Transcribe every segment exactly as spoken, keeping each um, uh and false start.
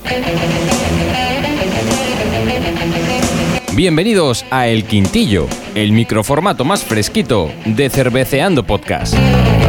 Bienvenidos a El Quintillo, el microformato más fresquito de Cerveceando Podcast.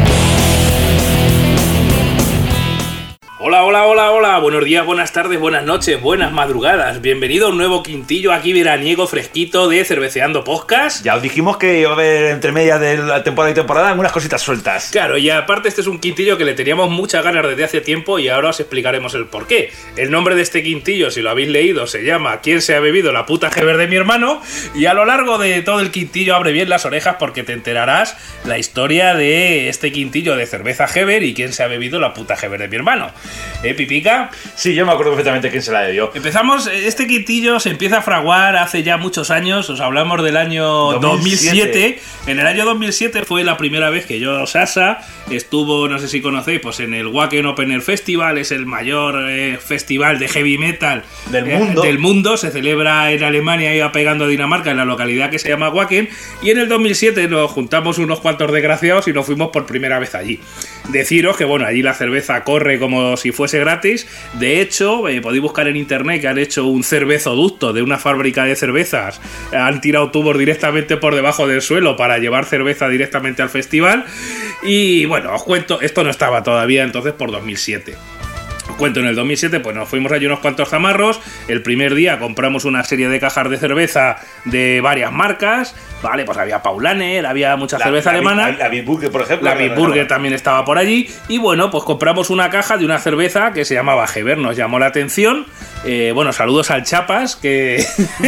Hola, hola, hola, hola, buenos días, buenas tardes, buenas noches, buenas madrugadas. Bienvenido a un nuevo quintillo aquí veraniego fresquito de Cerveceando Podcast. Ya os dijimos que iba a haber entre medias de la temporada y temporada algunas cositas sueltas. Claro, y aparte este es un quintillo que le teníamos muchas ganas desde hace tiempo y ahora os explicaremos el porqué. El nombre de este quintillo, si lo habéis leído, se llama ¿Quién se ha bebido la puta Heber de mi hermano? Y a lo largo de todo el quintillo abre bien las orejas porque te enterarás la historia de este quintillo de cerveza Heber y quién se ha bebido la puta Heber de mi hermano. ¿Eh, Pipica? Sí, yo me acuerdo perfectamente quién se la bebió. Empezamos, este quintillo se empieza a fraguar hace ya muchos años, os hablamos del año dos mil siete. En el año dos mil siete fue la primera vez que yo, Sasa, estuvo, no sé si conocéis, pues en el Wacken Open Air Festival, es el mayor eh, festival de heavy metal del eh, mundo. del mundo, se celebra en Alemania, iba pegando a Dinamarca, en la localidad que se llama Wacken, y en el dos mil siete nos juntamos unos cuantos desgraciados y nos fuimos por primera vez allí. Deciros que, bueno, allí la cerveza corre como si fuese gratis. De hecho, eh, podéis buscar en internet que han hecho un cervezoducto de una fábrica de cervezas. Han tirado tubos directamente por debajo del suelo para llevar cerveza directamente al festival. Y bueno, os cuento, esto no estaba todavía entonces por dos mil siete. Os cuento, en el dos mil siete pues nos fuimos allí unos cuantos zamarros. El primer día compramos una serie de cajas de cerveza de varias marcas. Vale, pues había Paulaner, había mucha la, cerveza la, alemana. La, la Bitburger, por ejemplo. La Bitburger también estaba por allí. Y bueno, pues compramos una caja de una cerveza que se llamaba Heber. Nos llamó la atención. Eh, bueno, saludos al Chapas, que,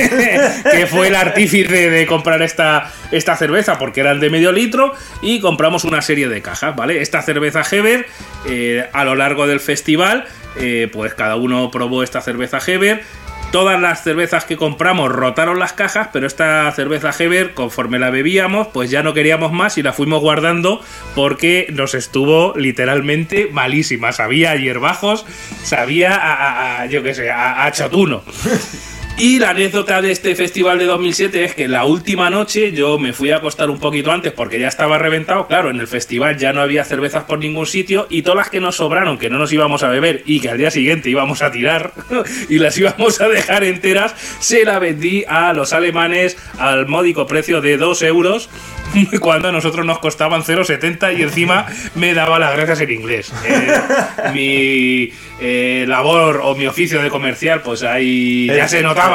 que fue el artífice de comprar esta, esta cerveza, porque eran de medio litro. Y compramos una serie de cajas, ¿vale? Esta cerveza Heber, eh, a lo largo del festival, eh, pues cada uno probó esta cerveza Heber. Todas las cervezas que compramos rotaron las cajas, pero esta cerveza Heber, conforme la bebíamos, pues ya no queríamos más y la fuimos guardando porque nos estuvo literalmente malísima. Sabía a hierbajos, sabía a, a, a yo qué sé, a, a chotuno. Y la anécdota de este festival de dos mil siete es que la última noche yo me fui a acostar un poquito antes porque ya estaba reventado. Claro, en el festival ya no había cervezas por ningún sitio y todas las que nos sobraron, que no nos íbamos a beber y que al día siguiente íbamos a tirar y las íbamos a dejar enteras, se la vendí a los alemanes al módico precio de dos euros cuando a nosotros nos costaban cero coma setenta y encima me daba las gracias en inglés. Eh, mi eh, labor o mi oficio de comercial, pues ahí ya se notaba.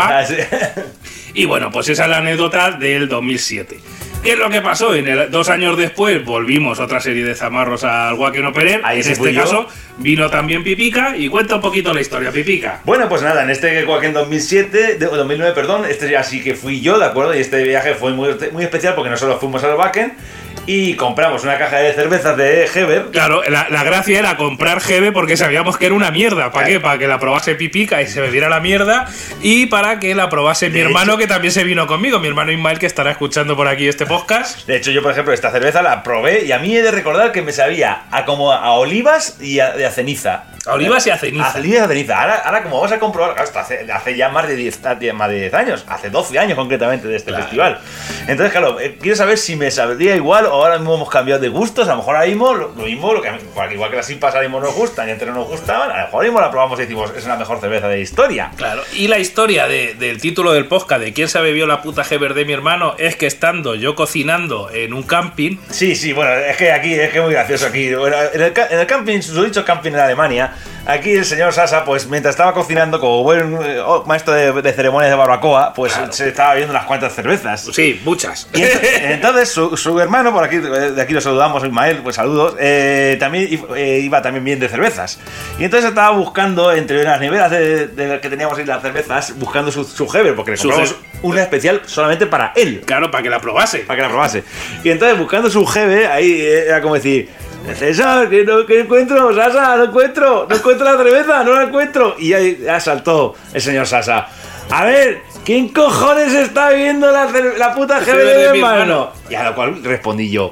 Y bueno, pues esa es la anécdota del dos mil siete. ¿Qué es lo que pasó? En el, dos años después volvimos otra serie de zamarros al Wacken Open Air. En este caso vino también Pipica y cuenta un poquito la historia, Pipica. Bueno, pues nada, en este Wacken dos mil siete, de, dos mil nueve, perdón, este ya sí que fui yo, ¿de acuerdo? Y este viaje fue muy, muy especial porque no solo fuimos al Wacken y compramos una caja de cervezas de Heber. Claro, la, la gracia era comprar Heber porque sabíamos que era una mierda. ¿Para qué? Para que la probase Pipica y se bebiera la mierda, y para que la probase mi hermano, que también se vino conmigo, mi hermano Ismael, que estará escuchando por aquí este podcast. De hecho, yo, por ejemplo, esta cerveza la probé y a mí he de recordar que me sabía a como a olivas y a, a ceniza. A olivas y a ceniza. A olivas y a ceniza. Ahora, ahora como vamos a comprobar, hasta hace, hace ya más de diez, más de diez años, hace doce años concretamente de este claro. festival. Entonces, claro, eh, quiero saber si me sabría igual o ahora mismo hemos cambiado de gustos. A lo mejor ahora mismo lo, lo mismo, lo que, igual que las IPAs ahora mismo nos gustan y antes no nos gustaban, a lo mejor ahora mismo la probamos y decimos es la mejor cerveza de la historia. Claro, y la historia de, del título del podcast de quién se bebió la puta Heber de mi hermano es que estando yo cocinando en un camping. Sí, sí, bueno, es que aquí es que es muy gracioso aquí. Bueno, en, el, en el camping, su dicho camping en Alemania, aquí el señor Sasa, pues mientras estaba cocinando, como buen eh, oh, maestro de, de ceremonias de barbacoa, pues claro, se estaba bebiendo unas cuantas cervezas. Sí, muchas. Y entonces, entonces su, su hermano, por aquí, de aquí lo saludamos, Ismael, pues saludos, eh, también eh, iba también bien de cervezas. Y entonces estaba buscando entre las neveras de, de que teníamos ahí las cervezas, buscando su, su Heber, porque le compramos una especial solamente para él. Claro, para que la probase. Para que la probase. Y entonces buscando su Heber, ahí era como decir: César, que no que encuentro, Sasa, no encuentro, no encuentro la cerveza, no la encuentro. Y ahí ya saltó el señor Sasa: a ver, ¿quién cojones está viendo la, la puta Heber de mi hermano? Y a lo cual respondí yo: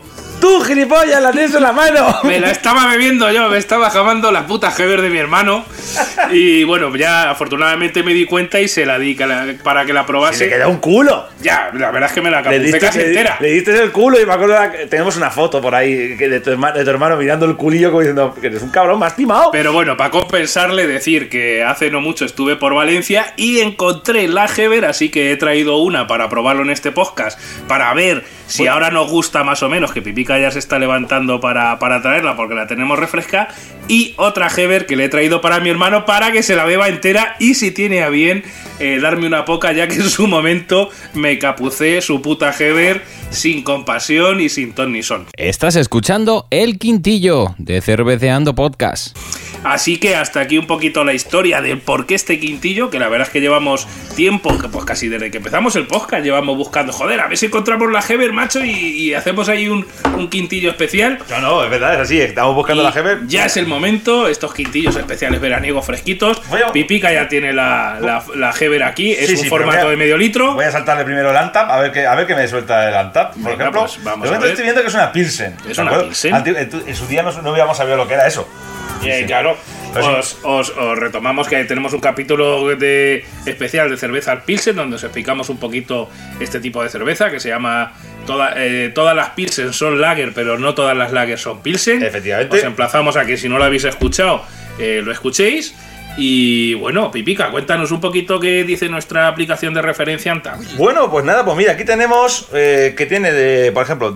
¡Tú, gilipollas, la tienes en la mano! Me la estaba bebiendo yo, me estaba jamando la puta Heber de mi hermano. Y bueno, ya afortunadamente me di cuenta y se la di que la- para que la probase. Se le queda un culo. Ya, la verdad es que me la Le capucé diste, casi le- entera. le diste el culo y me acuerdo que tenemos una foto por ahí que de, tu hermano, de tu hermano mirando el culillo como diciendo que eres un cabrón, me has timado. Pero bueno, para compensarle, decir que hace no mucho estuve por Valencia y encontré la Heber, así que he traído una para probarlo en este podcast, para ver si Bueno. ahora nos gusta más o menos, que Pipica ya se está levantando para, para traerla porque la tenemos refresca, y otra Heber que le he traído para mi hermano para que se la beba entera y si tiene a bien eh, darme una poca, ya que en su momento me capucé su puta Heber sin compasión y sin ton ni son. Estás escuchando El Quintillo de Cerveceando Podcast. Así que hasta aquí un poquito la historia de por qué este quintillo, que la verdad es que llevamos tiempo, que pues casi desde que empezamos el podcast llevamos buscando, joder, a ver si encontramos la Heber, macho, y, y hacemos ahí un, un quintillo especial. No, no, es verdad, es así, estamos buscando Y la Heber. ya es el momento, estos quintillos especiales veraniegos fresquitos. Voy a- Pipica ya tiene la, la, la Heber aquí, es Sí, un sí, pero formato voy a- de medio litro. Voy a saltarle primero el Antap, a ver qué, a ver qué me suelta el Antap, por Venga, ejemplo. pues vamos de momento a ver. estoy viendo que es una Pilsen. Es ¿de una acuerdo? Pilsen. Antiguo- En, tu- en su día no, no habíamos sabido lo que era eso. Eh, claro, Pues os, os- os retomamos que tenemos un capítulo de especial de cerveza Pilsen donde os explicamos un poquito este tipo de cerveza que se llama toda- eh, todas las Pilsen son lager, pero no todas las lager son Pilsen. Efectivamente. Os emplazamos a que si no lo habéis escuchado, eh, lo escuchéis. Y bueno, Pipica, cuéntanos un poquito qué dice nuestra aplicación de referencia Antap. Bueno, pues nada, pues mira, aquí tenemos eh, que tiene, de, por ejemplo,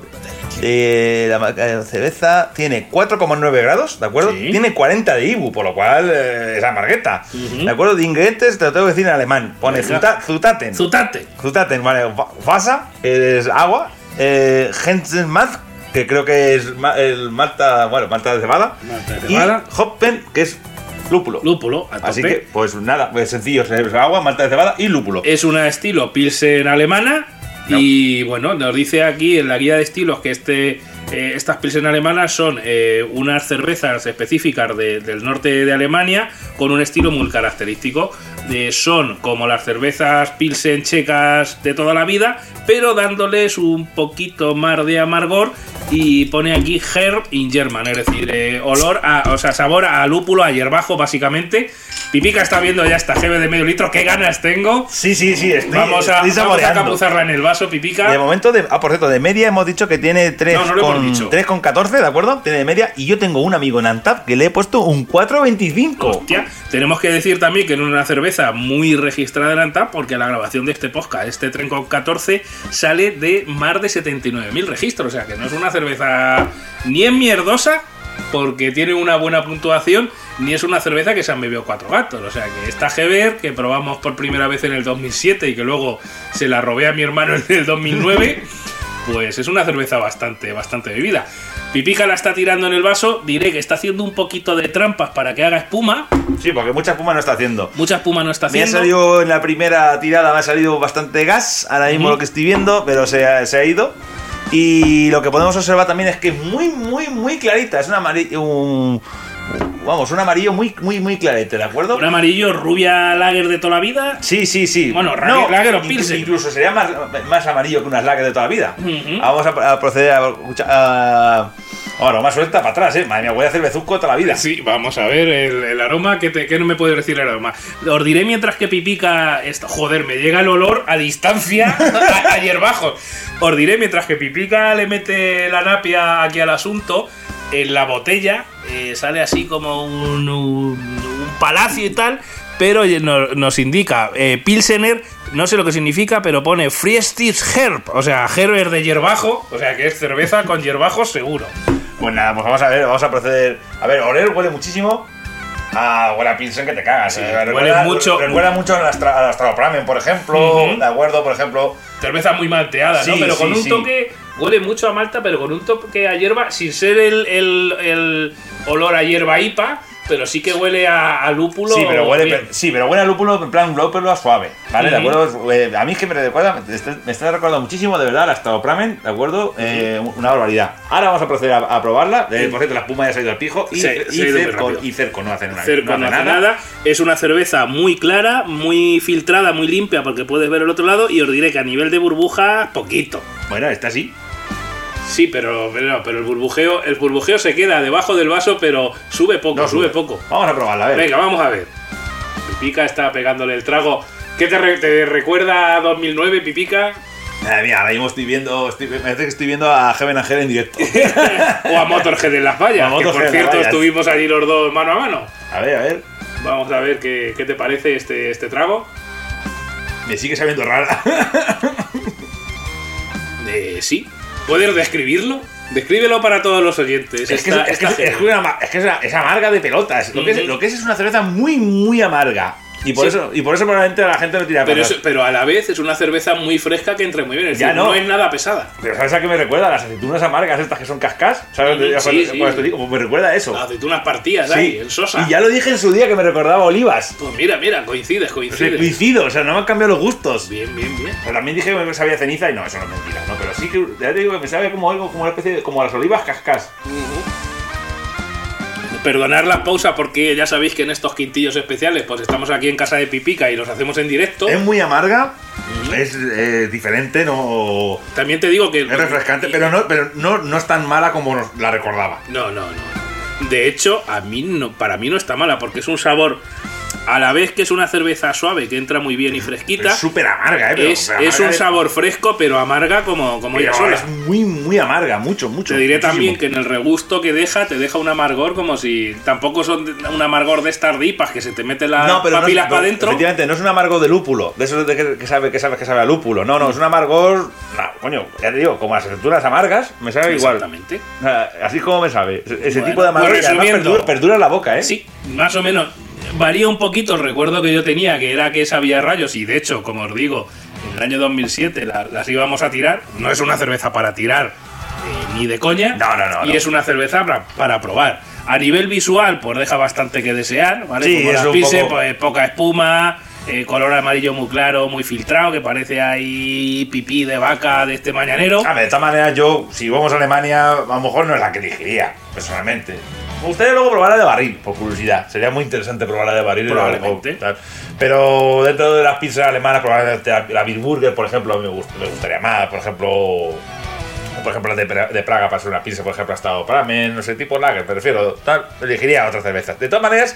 eh, la, ma- eh, cerveza tiene cuatro coma nueve grados, ¿de acuerdo? Sí. Tiene cuarenta de I B U, por lo cual eh, es amargueta. Ujú. ¿De acuerdo? De ingredientes te lo tengo que decir en alemán. Pone Venga. zuta- zutaten. Zutate. Zutaten, vale, fa- Fasa, es agua, eh, Gensenmaz, que creo que es ma- el malta, bueno, malta de cebada, Malta de y cebada. Hoppen, que es lúpulo. Lúpulo, a tope. Así que, pues nada, pues sencillo, es agua, malta de cebada y lúpulo. Es una estilo Pilsen alemana. No. Y bueno, nos dice aquí en la guía de estilos que este, eh, estas Pilsen alemanas son eh, unas cervezas específicas de- del norte de Alemania con un estilo muy característico. Eh, son como las cervezas Pilsen checas de toda la vida, pero dándoles un poquito más de amargor. Y pone aquí Herb in German, es decir, eh, olor a, o sea, sabor a lúpulo, a hierbajo, básicamente. Pipica está viendo ya esta Heber de medio litro, qué ganas tengo. Sí, sí, sí, estoy, Vamos a, estoy vamos a saboreando. capuzarla en el vaso, Pipica. De momento, de, ah, por cierto, de media hemos dicho que tiene tres No, no lo hemos con dicho. tres con catorce, ¿de acuerdo? Tiene de media. Y yo tengo un amigo en Antap que le he puesto un cuatro veinticinco. Hostia, tenemos que decir también que en una cerveza muy registrada en Antap, porque la grabación de este podcast, este tren con catorce, sale de más de setenta y nueve mil registros. O sea que no es una cerveza ni en mierdosa, porque tiene una buena puntuación, ni es una cerveza que se han bebido cuatro gatos. O sea que esta Heber, que probamos por primera vez en el dos mil siete y que luego se la robé a mi hermano en el dos mil nueve, pues es una cerveza bastante, bastante bebida. Pipica la está tirando en el vaso, diré que está haciendo un poquito de trampas para que haga espuma. Sí, porque mucha espuma no está haciendo. Mucha espuma no está Me ha haciendo. salido en la primera tirada, me ha salido bastante gas. Ahora mismo Ujú. lo que estoy viendo, pero se ha, se ha ido. Y lo que podemos observar también es que es muy, muy, muy clarita. Es un amarillo. Un, vamos, un amarillo muy, muy, muy clarete, ¿de acuerdo? Un amarillo rubia lager de toda la vida. Sí, sí, sí. Bueno, ra- lager o incluso- pilsen. Incluso sería más, más amarillo que unas lager de toda la vida. Ujú. Vamos a, a proceder a escuchar. a- Ahora, más suelta para atrás, ¿eh? Madre mía, voy a hacer bezuco toda la vida. Sí, vamos a ver el, el aroma. ¿Qué, te- qué no me puede decir el aroma? Os diré mientras que Pipica. Esto, joder, me llega el olor a distancia a, a hierbajos. Os diré mientras que Pipica le mete la napia aquí al asunto. En la botella eh, sale así como un, un, un palacio y tal. Pero no- nos indica eh, Pilsener, no sé lo que significa, pero pone Friestis Herb, o sea, Herber de hierbajo, o sea que es cerveza con hierbajos seguro. Pues nada, pues vamos a ver, vamos a proceder. A ver, oler huele muchísimo. Ah, huele a Pilsen que te cagas. Sí, eh. huele recuerda, mucho. Recuerda mucho a la Astra- a la Astralopramen, por ejemplo. Ujú. De acuerdo, por ejemplo. Cerveza muy malteada, ¿no? Sí, Pero con sí, un sí. toque, huele mucho a malta, pero con un toque a hierba, sin ser el, el, el olor a hierba I P A, pero sí que huele a, a lúpulo. Sí, pero huele, bien. pe- sí, pero huele a lúpulo en plan lúpulo suave, ¿vale? ¿De Ujú. acuerdo? Eh, a mí es que me recuerda, me está, me está recordando muchísimo, de verdad, la Astralopramen, ¿de acuerdo? Eh, una barbaridad. Ahora vamos a proceder a, a probarla. Eh, por cierto, la espuma ya se ha ido al pijo. Y, Sí, y, se ha ido muy cerco, rápido. y cerco no hacen nada. Cerco no hace nada. Es una cerveza muy clara, muy filtrada, muy limpia, porque puedes ver el otro lado. Y os diré que a nivel de burbuja, poquito. Bueno, está así. Sí, pero, pero, pero el burbujeo el burbujeo se queda debajo del vaso, pero sube poco, No sube. sube. poco. Vamos a probarla, a ver. Venga, vamos a ver. Pipica está pegándole el trago. ¿Qué te, re- te recuerda a dos mil nueve, Pipica? Madre mía, ahora mismo estoy viendo, estoy, me parece que estoy viendo a Heaven and Hell en directo. O a Motorhead en las vallas, O a que Motorhead por en las cierto vallas. estuvimos allí los dos mano a mano. A ver, a ver. Vamos a ver qué, qué te parece este, este trago. Me sigue sabiendo rara. Eh, sí. ¿Puedes describirlo? Descríbelo para todos los oyentes. Es que, Esta- es, es, que, esta es, que una ma- es que es, una- es amarga de pelotas. Lo que, es, Ujú. lo que es es una cerveza muy, muy amarga. Y por, Sí. eso, y por eso probablemente la gente lo tira Pero, para es- pero a la vez es una cerveza muy fresca que entra muy bien. Es Ya decir, no. no es nada pesada. Pero ¿sabes a qué me recuerda? Las aceitunas amargas estas que son cascas. ¿Sabes? Ujú, Ya sí, cuando- sí. cuando te digo, pues me recuerda a eso. Las aceitunas partidas ahí, en sosa. Y ya lo dije en su día que me recordaba a olivas. Pues mira, mira, coincides, O sea, coincides. coincido, o sea, no me han cambiado los gustos. Bien, bien, bien. Pero también dije que me sabía ceniza y no, eso no es mentira, ¿no? Pero sí que ya te digo que me sabe como algo, como una especie de, como las olivas cascas. Perdonar la pausa porque ya sabéis que en estos quintillos especiales pues estamos aquí en casa de Pipica y los hacemos en directo. Es muy amarga, es eh, diferente, no. También te digo que... Es refrescante, pero no, pero no, no es tan mala como nos la recordaba. No, no, no. De hecho, a mí no, para mí no está mala porque es un sabor... A la vez que es una cerveza suave que entra muy bien y fresquita, Es súper amarga, ¿eh? Pero, es, pero es amarga un de- sabor fresco pero amarga como, como ella pero sola. es muy, muy amarga, mucho, mucho. Te diré muchísimo. también que en el regusto que deja, te deja un amargor como si... Tampoco son de- un amargor de estas dipas que se te mete las No, pero no es- papilas no, para adentro. Efectivamente, no es un amargo de lúpulo, de eso de que, que sabe que sabe que sabe a lúpulo. No, no, es un amargor. No, coño, ya te digo, como las aceitunas amargas, me sabe igual. Exactamente. O sea, así como me sabe. Ese Bueno, tipo de amargor pues que además resumiendo. perdura, perdura en la boca, ¿eh? Sí, más o menos. Varía un poquito el recuerdo que yo tenía, que era que sabía rayos, y de hecho, como os digo, en el año dos mil siete la- las íbamos a tirar. No es una cerveza para tirar, eh, ni de coña. No, no, no, Y no. es una cerveza para, para probar. A nivel visual, pues deja bastante que desear, ¿vale? Sí, Como es la un Pilsen, poco- pues poca espuma, eh, color amarillo muy claro, muy filtrado, que parece ahí pipí de vaca de este mañanero. A ver, de esta manera yo, si vamos a Alemania, a lo mejor no es la que elegiría, personalmente. Me gustaría luego probarla de barril, por curiosidad. Sería muy interesante probarla de barril. Probablemente. o- tal. Pero dentro de las pizzas alemanas, probablemente la, la Beer Burger, por ejemplo, a mí me, gust- me gustaría más. Por ejemplo, por ejemplo de, Pra- de Praga para ser una pizza, por ejemplo, ha estado Pramen, no sé, tipo lager, prefiero tal. Elegiría otras cervezas. De todas maneras,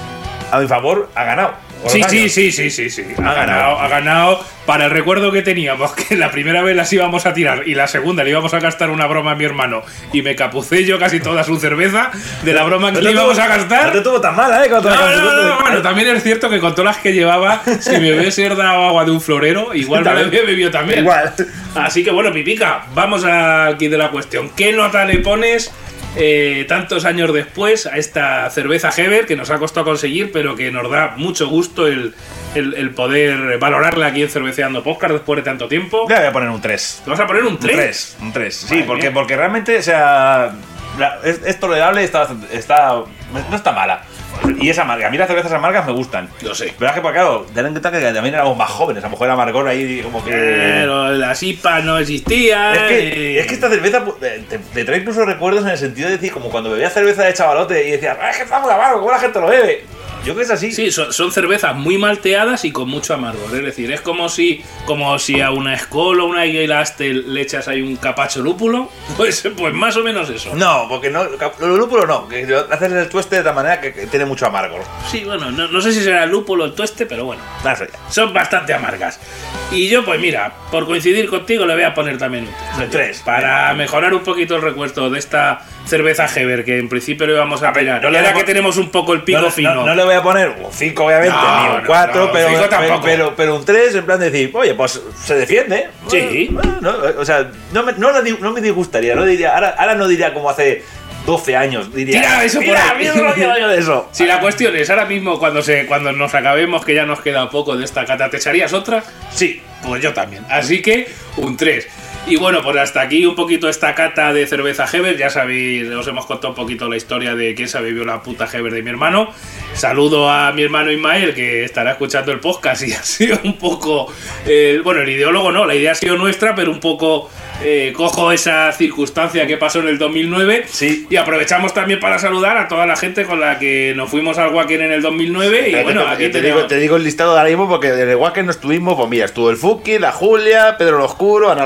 a mi favor, ha ganado. Con Sí, los sí, años. sí, sí, sí, sí. Ha, Ha ganado, ganado. ha ganado para el recuerdo que teníamos, que la primera vez las íbamos a tirar y la segunda le íbamos a gastar una broma a mi hermano y me capucé yo casi toda su cerveza de la broma que No le te íbamos tuvo- a gastar. No te tuvo tan mala, ¿eh? Cuando No, te la no, acabas de- no, bueno, también es cierto que con todas las que llevaba, si me hubiese dado agua de un florero, igual me la También. había bebido también. Igual. Así que bueno, Pipica, vamos aquí de la cuestión. ¿Qué nota le pones eh, tantos años después a esta cerveza Heber que nos ha costado conseguir, pero que nos da mucho gusto el, el- el poder valorarla aquí en Cerveceando Podcast después de tanto tiempo? Le voy a poner un tres. ¿Te vas a poner un Un tres? tres, un tres. Sí, Madre porque, mía. porque realmente, o sea, la- es, es tolerable, está, bastante- está, no está mala. Y es amarga. A mí las cervezas amargas me gustan. Lo sé. Pero es que, pues, claro, ten en cuenta que también éramos más jóvenes. A lo mejor era amargor ahí como que... Pero las I P A no existían. Es que, eh, es que esta cerveza pues, te, te trae incluso recuerdos en el sentido de decir, como cuando bebía cerveza de chavalote y decías, "Ah, es que está muy amargo, ¿cómo la gente lo bebe?". Yo creo que es así. Sí, son, son cervezas muy malteadas y con mucho amargor. Es decir, es como si como si a una Skol o una Ale Astel le echas ahí un capacho lúpulo. Pues, pues más o menos eso. No, porque no, lo lúpulo no, que haces el tueste de tal manera que, que tiene mucho amargo. Sí, bueno, no, no sé si será el lúpulo o el tueste, pero bueno. Nada, eso ya. Son bastante amargas. Y yo, pues mira, por coincidir contigo, le voy a poner también un tres. Un tres. Para mejorar un poquito el recuerdo de esta cerveza Heber, que en principio le íbamos a ver, pegar. no Y le ahora vamos- que tenemos un poco el pico no, fino. No, no le voy a poner un cinco, obviamente, No, ni un no, cuatro, no, pero, cinco pero, tampoco. pero, pero un tres, en plan de decir, oye, pues se defiende. Sí. Bueno, no, o sea, no me, no, lo di- no me disgustaría, no diría, ahora, ahora no diría como hace doce años, diría, Tira eso por mira, ahí". mira lo que daño de eso. Si la cuestión es, ahora mismo cuando se cuando nos acabemos, que ya nos queda poco de esta cata, ¿te echarías otra? Sí, pues yo también. Así que un tres. Y bueno, pues hasta aquí un poquito esta cata de cerveza Heber. Ya sabéis, os hemos contado un poquito la historia de quién se bebió la puta Heber de mi hermano. Saludo a mi hermano Ismael, que estará escuchando el podcast y ha sido un poco... eh, bueno, el ideólogo no, la idea ha sido nuestra, pero un poco... eh, cojo esa circunstancia que pasó en el dos mil nueve. Sí. Y aprovechamos también para saludar a toda la gente con la que nos fuimos al Wacken en el dos mil nueve. Y Espérate, bueno, te, aquí te tenemos... digo, te digo el listado de ahora mismo porque en el Wacken no estuvimos, pues mira, estuvo el Fuki, la Julia, Pedro el Oscuro, Ana la Oscura,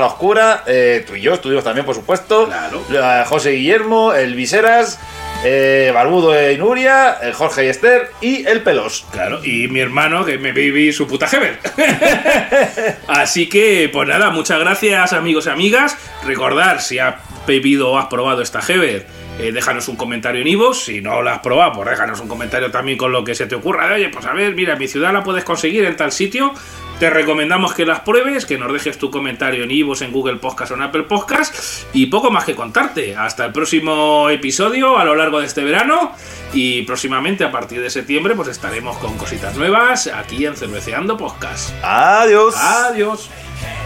J, eh, tú y yo estuvimos también, por supuesto. Claro. José Guillermo, el Viseras, eh, Barbudo y Nuria, el Jorge y Esther y el Pelos. Claro, y mi hermano, que me viví su puta Heber. Así que, pues nada, muchas gracias, amigos y amigas. Recordar, si has bebido o has probado esta Heber, eh, déjanos un comentario en iVoox. Si no la has probado, pues déjanos un comentario también con lo que se te ocurra. De, oye, pues a ver, mira, en mi ciudad la puedes conseguir en tal sitio. Te recomendamos que las pruebes, que nos dejes tu comentario en iVoox, en Google Podcast o en Apple Podcast. Y poco más que contarte. Hasta el próximo episodio a lo largo de este verano. Y próximamente, a partir de septiembre, pues estaremos con cositas nuevas aquí en Cerveceando Podcast. Adiós. Adiós.